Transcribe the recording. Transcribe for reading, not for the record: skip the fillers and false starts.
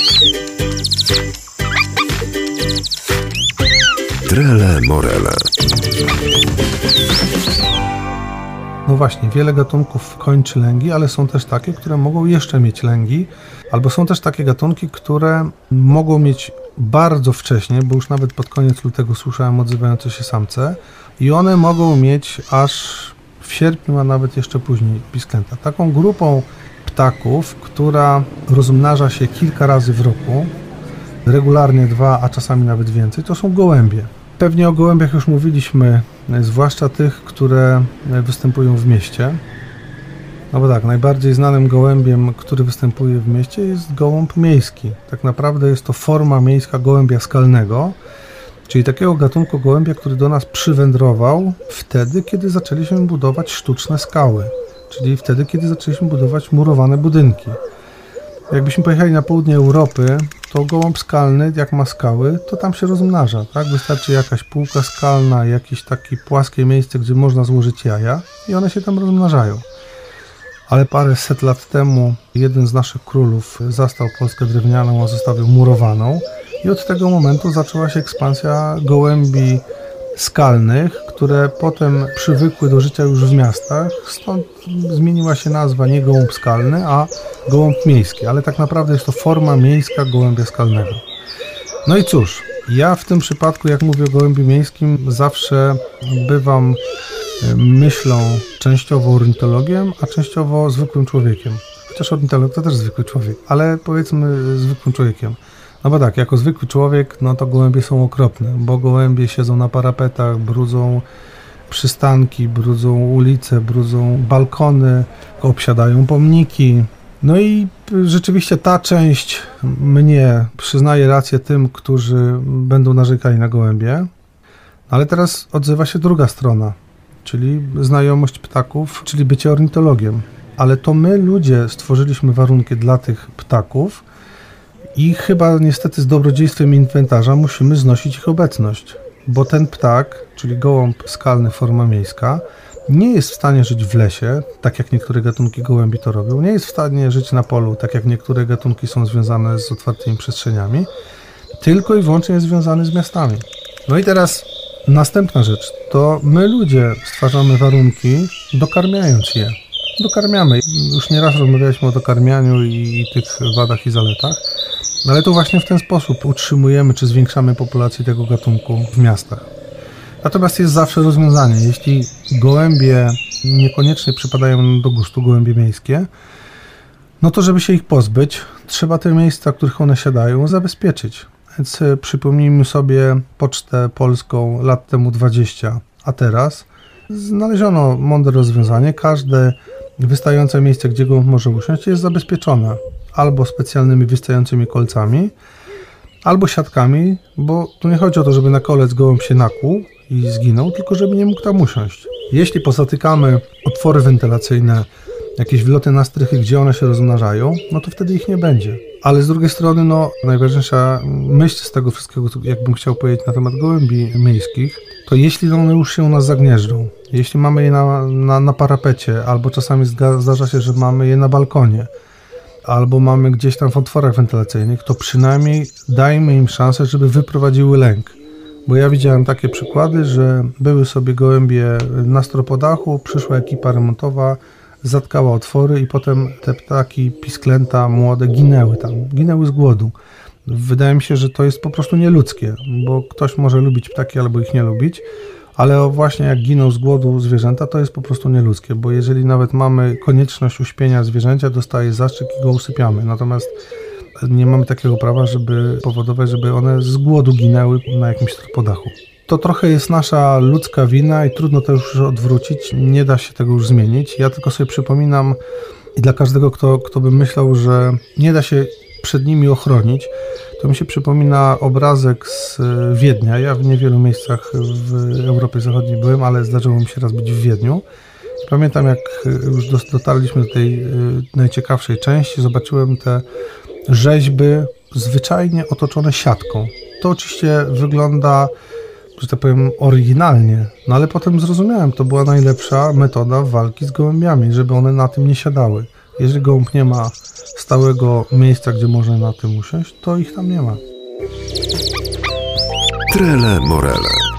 Trele Morele. No właśnie, wiele gatunków kończy lęgi, ale są też takie, które mogą jeszcze mieć lęgi, albo są też takie gatunki, które mogą mieć bardzo wcześnie, bo już nawet pod koniec lutego słyszałem odzywające się samce i one mogą mieć aż w sierpniu, a nawet jeszcze później pisklęta. Taką grupą ptaków, która rozmnaża się kilka razy w roku, regularnie 2, a czasami nawet więcej, to są gołębie. Pewnie o gołębiach już mówiliśmy, zwłaszcza tych, które występują w mieście. No bo tak, najbardziej znanym gołębiem, który występuje w mieście, jest gołąb miejski. Tak naprawdę jest to forma miejska gołębia skalnego, czyli takiego gatunku gołębia, który do nas przywędrował wtedy, kiedy zaczęliśmy budować sztuczne skały, czyli wtedy, kiedy zaczęliśmy budować murowane budynki. Jakbyśmy pojechali na południe Europy, to gołąb skalny, jak ma skały, to tam się rozmnaża, tak? Wystarczy jakaś półka skalna, jakieś takie płaskie miejsce, gdzie można złożyć jaja i one się tam rozmnażają. Ale parę set lat temu jeden z naszych królów zastał Polskę drewnianą, a zostawił murowaną i od tego momentu zaczęła się ekspansja gołębi skalnych, które potem przywykły do życia już w miastach, stąd zmieniła się nazwa nie gołąb skalny, a gołąb miejski, ale tak naprawdę jest to forma miejska gołębia skalnego. No i cóż, ja w tym przypadku, jak mówię o gołębiu miejskim, zawsze bywam myślą częściowo ornitologiem, a częściowo zwykłym człowiekiem. Chociaż ornitolog to też zwykły człowiek, ale powiedzmy zwykłym człowiekiem. No bo tak, jako zwykły człowiek, no to gołębie są okropne, bo gołębie siedzą na parapetach, brudzą przystanki, brudzą ulice, brudzą balkony, obsiadają pomniki. No i rzeczywiście ta część mnie przyznaje rację tym, którzy będą narzekali na gołębie. Ale teraz odzywa się druga strona, czyli znajomość ptaków, czyli bycie ornitologiem. Ale to my, ludzie, stworzyliśmy warunki dla tych ptaków, i chyba niestety z dobrodziejstwem inwentarza musimy znosić ich obecność, bo ten ptak, czyli gołąb skalny forma miejska, nie jest w stanie żyć w lesie, tak jak niektóre gatunki gołębi to robią, nie jest w stanie żyć na polu, tak jak niektóre gatunki są związane z otwartymi przestrzeniami, tylko i wyłącznie jest związany z miastami. No i teraz następna rzecz, to my ludzie stwarzamy warunki, dokarmiając je. Dokarmiamy. Już nieraz rozmawialiśmy o dokarmianiu i tych wadach i zaletach. Ale to właśnie w ten sposób utrzymujemy czy zwiększamy populację tego gatunku w miastach. Natomiast jest zawsze rozwiązanie. Jeśli gołębie niekoniecznie przypadają do gustu, gołębie miejskie, no to żeby się ich pozbyć, trzeba te miejsca, w których one siadają, zabezpieczyć. Więc przypomnijmy sobie Pocztę Polską lat temu 20, a teraz znaleziono mądre rozwiązanie. Każde wystające miejsce, gdzie gołąb może usiąść, jest zabezpieczone. Albo specjalnymi wystającymi kolcami, albo siatkami, bo tu nie chodzi o to, żeby na kolec gołąb się nakłuł i zginął, tylko żeby nie mógł tam usiąść. Jeśli pozatykamy otwory wentylacyjne, jakieś wloty na strychy, gdzie one się rozmnażają, no to wtedy ich nie będzie. Ale z drugiej strony, no najważniejsza myśl z tego wszystkiego, jakbym chciał powiedzieć na temat gołębi miejskich, to jeśli one już się u nas zagnieżdżą, jeśli mamy je na parapecie, albo czasami zdarza się, że mamy je na balkonie, albo mamy gdzieś tam w otworach wentylacyjnych, to przynajmniej dajmy im szansę, żeby wyprowadziły lęk. Bo ja widziałem takie przykłady, że były sobie gołębie na stropodachu, przyszła ekipa remontowa, zatkała otwory i potem te ptaki, pisklęta młode ginęły z głodu. Wydaje mi się, że to jest po prostu nieludzkie, bo ktoś może lubić ptaki albo ich nie lubić, ale właśnie jak giną z głodu zwierzęta, to jest po prostu nieludzkie, bo jeżeli nawet mamy konieczność uśpienia zwierzęcia, dostaje zastrzyk i go usypiamy. Natomiast nie mamy takiego prawa, żeby powodować, żeby one z głodu ginęły na jakimś podachu. To trochę jest nasza ludzka wina i trudno to już odwrócić, nie da się tego już zmienić. Ja tylko sobie przypominam i dla każdego, kto by myślał, że nie da się przed nimi ochronić, to mi się przypomina obrazek z Wiednia. Ja w niewielu miejscach w Europie Zachodniej byłem, ale zdarzyło mi się raz być w Wiedniu. Pamiętam, jak już dotarliśmy do tej najciekawszej części, zobaczyłem te rzeźby zwyczajnie otoczone siatką. To oczywiście wygląda, że tak powiem, oryginalnie, no ale potem zrozumiałem, to była najlepsza metoda walki z gołębiami, żeby one na tym nie siadały. Jeżeli gołąb nie ma stałego miejsca, gdzie może na tym usiąść, to ich tam nie ma. Trele Morele.